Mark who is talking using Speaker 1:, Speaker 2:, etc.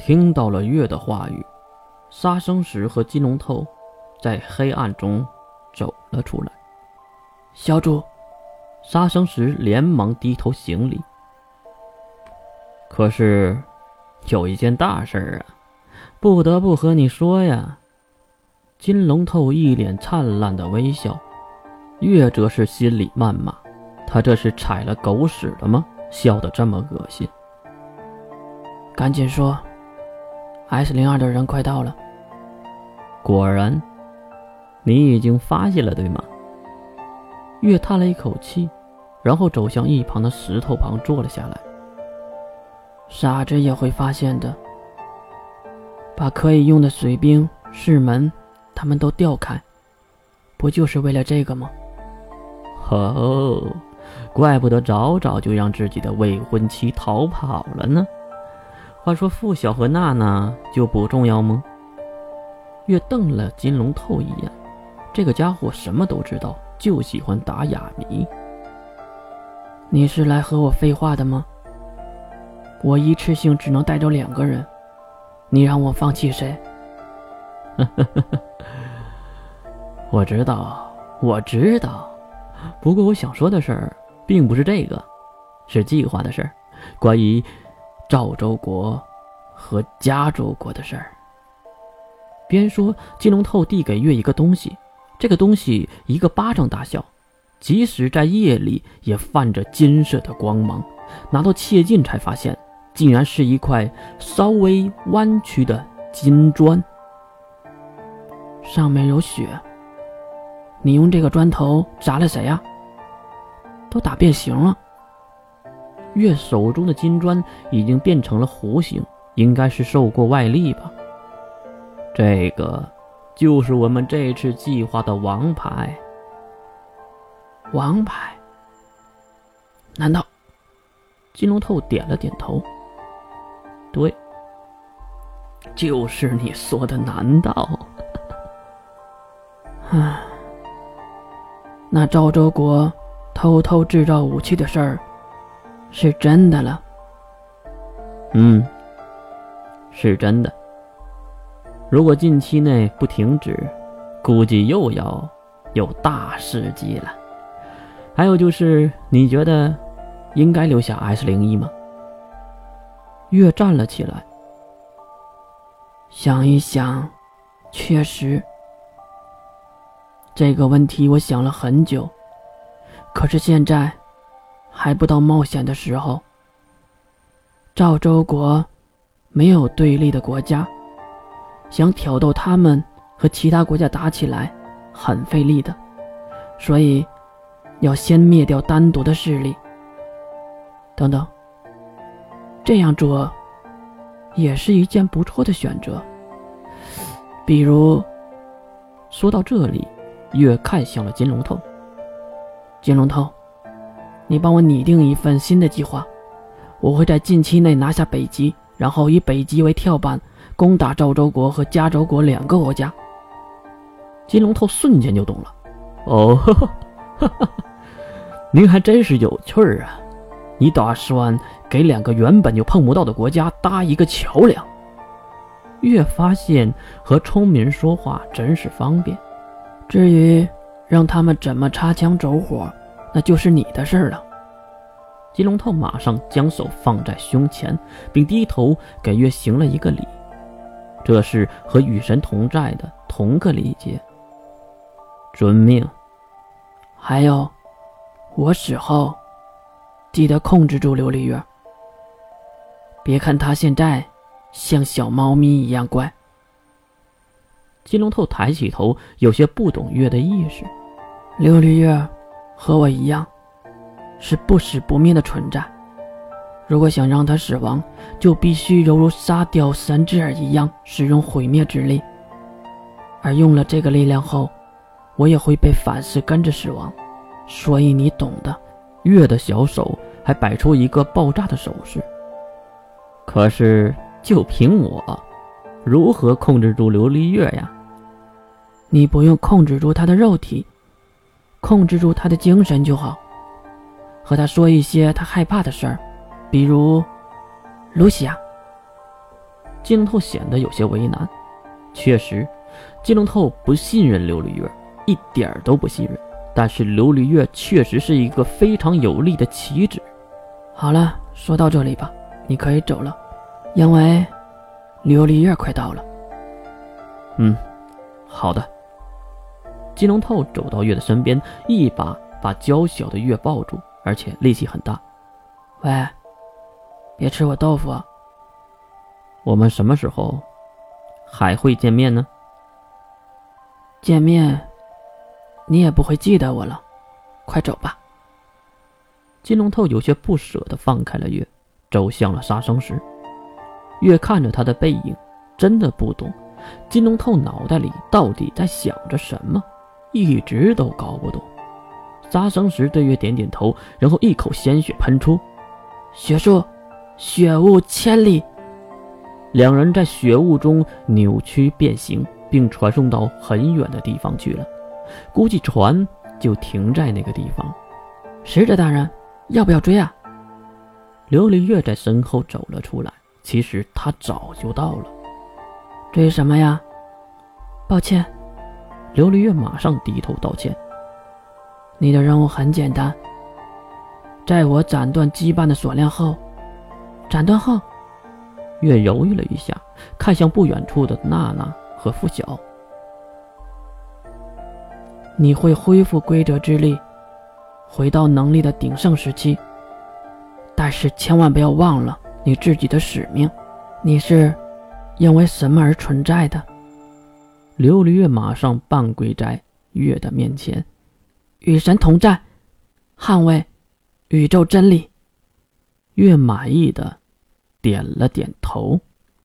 Speaker 1: 听到了月的话语，杀生石和金龙头在黑暗中走了出来。
Speaker 2: 小主，
Speaker 1: 杀生石连忙低头行礼。可是有一件大事啊，不得不和你说呀。金龙头一脸灿烂的微笑，月则是心里谩骂，他这是踩了狗屎了吗？笑得这么恶心。
Speaker 2: 赶紧说， S02 的人快到了。
Speaker 1: 果然，你已经发现了对吗？月叹了一口气，然后走向一旁的石头旁坐了下来。
Speaker 2: 傻子也会发现的。把可以用的水兵、士门他们都调开，不就是为了这个吗？
Speaker 1: 哦，怪不得早早就让自己的未婚妻逃跑了呢。话说傅晓和娜娜就不重要吗？月瞪了金龙头一眼，这个家伙什么都知道，就喜欢打哑谜。
Speaker 2: 你是来和我废话的吗？我一次性只能带走2个人，你让我放弃谁？
Speaker 1: 我知道，不过我想说的事儿并不是这个，是计划的事儿，关于赵州国和加州国的事儿。边说，金龙头递给月一个东西，这个东西一个巴掌大小，即使在夜里也泛着金色的光芒，拿到切近才发现竟然是一块稍微弯曲的金砖，
Speaker 2: 上面有血。你用这个砖头砸了谁啊？都打变形了。
Speaker 1: 月手中的金砖已经变成了弧形，应该是受过外力吧。这个就是我们这次计划的王牌。
Speaker 2: 王牌？难道？
Speaker 1: 金龙头点了点头。对，就是你说的难道。
Speaker 2: 唉，那赵州国偷偷制造武器的事儿是真的了。
Speaker 1: 是真的。如果近期内不停止，估计又要有大事迹了。还有就是，你觉得应该留下 S01 吗？
Speaker 2: 月站了起来，想一想，确实，这个问题我想了很久，可是现在还不到冒险的时候。赵州国没有对立的国家，想挑逗他们和其他国家打起来很费力的，所以要先灭掉单独的势力。等等，这样做也是一件不错的选择。比如，
Speaker 1: 说到这里，月看向了金龙头。
Speaker 2: 金龙头，你帮我拟定一份新的计划，我会在近期内拿下北极，然后以北极为跳板，攻打赵州国和加州国2个国家。
Speaker 1: 金龙头瞬间就懂了。哦，您还真是有趣儿啊！你打算给2个原本就碰不到的国家搭一个桥梁？月发现和聪明人说话真是方便。
Speaker 2: 至于让他们怎么擦枪走火，那就是你的事了。
Speaker 1: 金龙头马上将手放在胸前，并低头给月行了一个礼，这是和与神同在的同个礼节。遵命。
Speaker 2: 还有，我死后记得控制住琉璃月，别看他现在像小猫咪一样乖。
Speaker 1: 金龙头抬起头，有些不懂月的意思。
Speaker 2: 琉璃月和我一样，是不死不灭的存在。如果想让他死亡，就必须犹如杀掉三只耳一样，使用毁灭之力。而用了这个力量后，我也会被反噬跟着死亡。所以你懂的。
Speaker 1: 月的小手还摆出一个爆炸的手势。可是就凭我，如何控制住琉璃月呀？
Speaker 2: 你不用控制住他的肉体，控制住他的精神就好。和他说一些他害怕的事儿，比如露西亚。
Speaker 1: 金龙透显得有些为难。确实，金龙透不信任琉璃月，一点儿都不信任。但是琉璃月确实是一个非常有力的棋子。
Speaker 2: 好了，说到这里吧，你可以走了，因为琉璃月快到了。
Speaker 1: 好的。金龙透走到月的身边，一把把娇小的月抱住，而且力气很大。
Speaker 2: 喂，别吃我豆腐啊！
Speaker 1: 我们什么时候还会见面呢？
Speaker 2: 见面你也不会记得我了，快走吧。
Speaker 1: 金龙透有些不舍地放开了月，走向了杀生石。月看着他的背影，真的不懂金龙透脑袋里到底在想着什么，一直都搞不懂。杀生石对月点点头，然后一口鲜血喷出，
Speaker 2: 血术，血雾千里。
Speaker 1: 两人在血雾中扭曲变形，并传送到很远的地方去了。估计船就停在那个地方。
Speaker 2: 使者大人，要不要追啊？
Speaker 1: 琉璃月在身后走了出来，其实他早就到了。
Speaker 2: 追什么呀？抱歉。
Speaker 1: 琉璃月马上低头道歉。
Speaker 2: 你的任务很简单，在我斩断羁绊的锁链后，斩断后。
Speaker 1: 月犹豫了一下，看向不远处的娜娜和付晓。
Speaker 2: 你会恢复规则之力，回到能力的鼎盛时期，但是千万不要忘了你自己的使命，你是因为什么而存在的。
Speaker 1: 琉璃月马上半跪在月的面前，
Speaker 2: 与神同在，捍卫宇宙真理。
Speaker 1: 月满意的点了点头。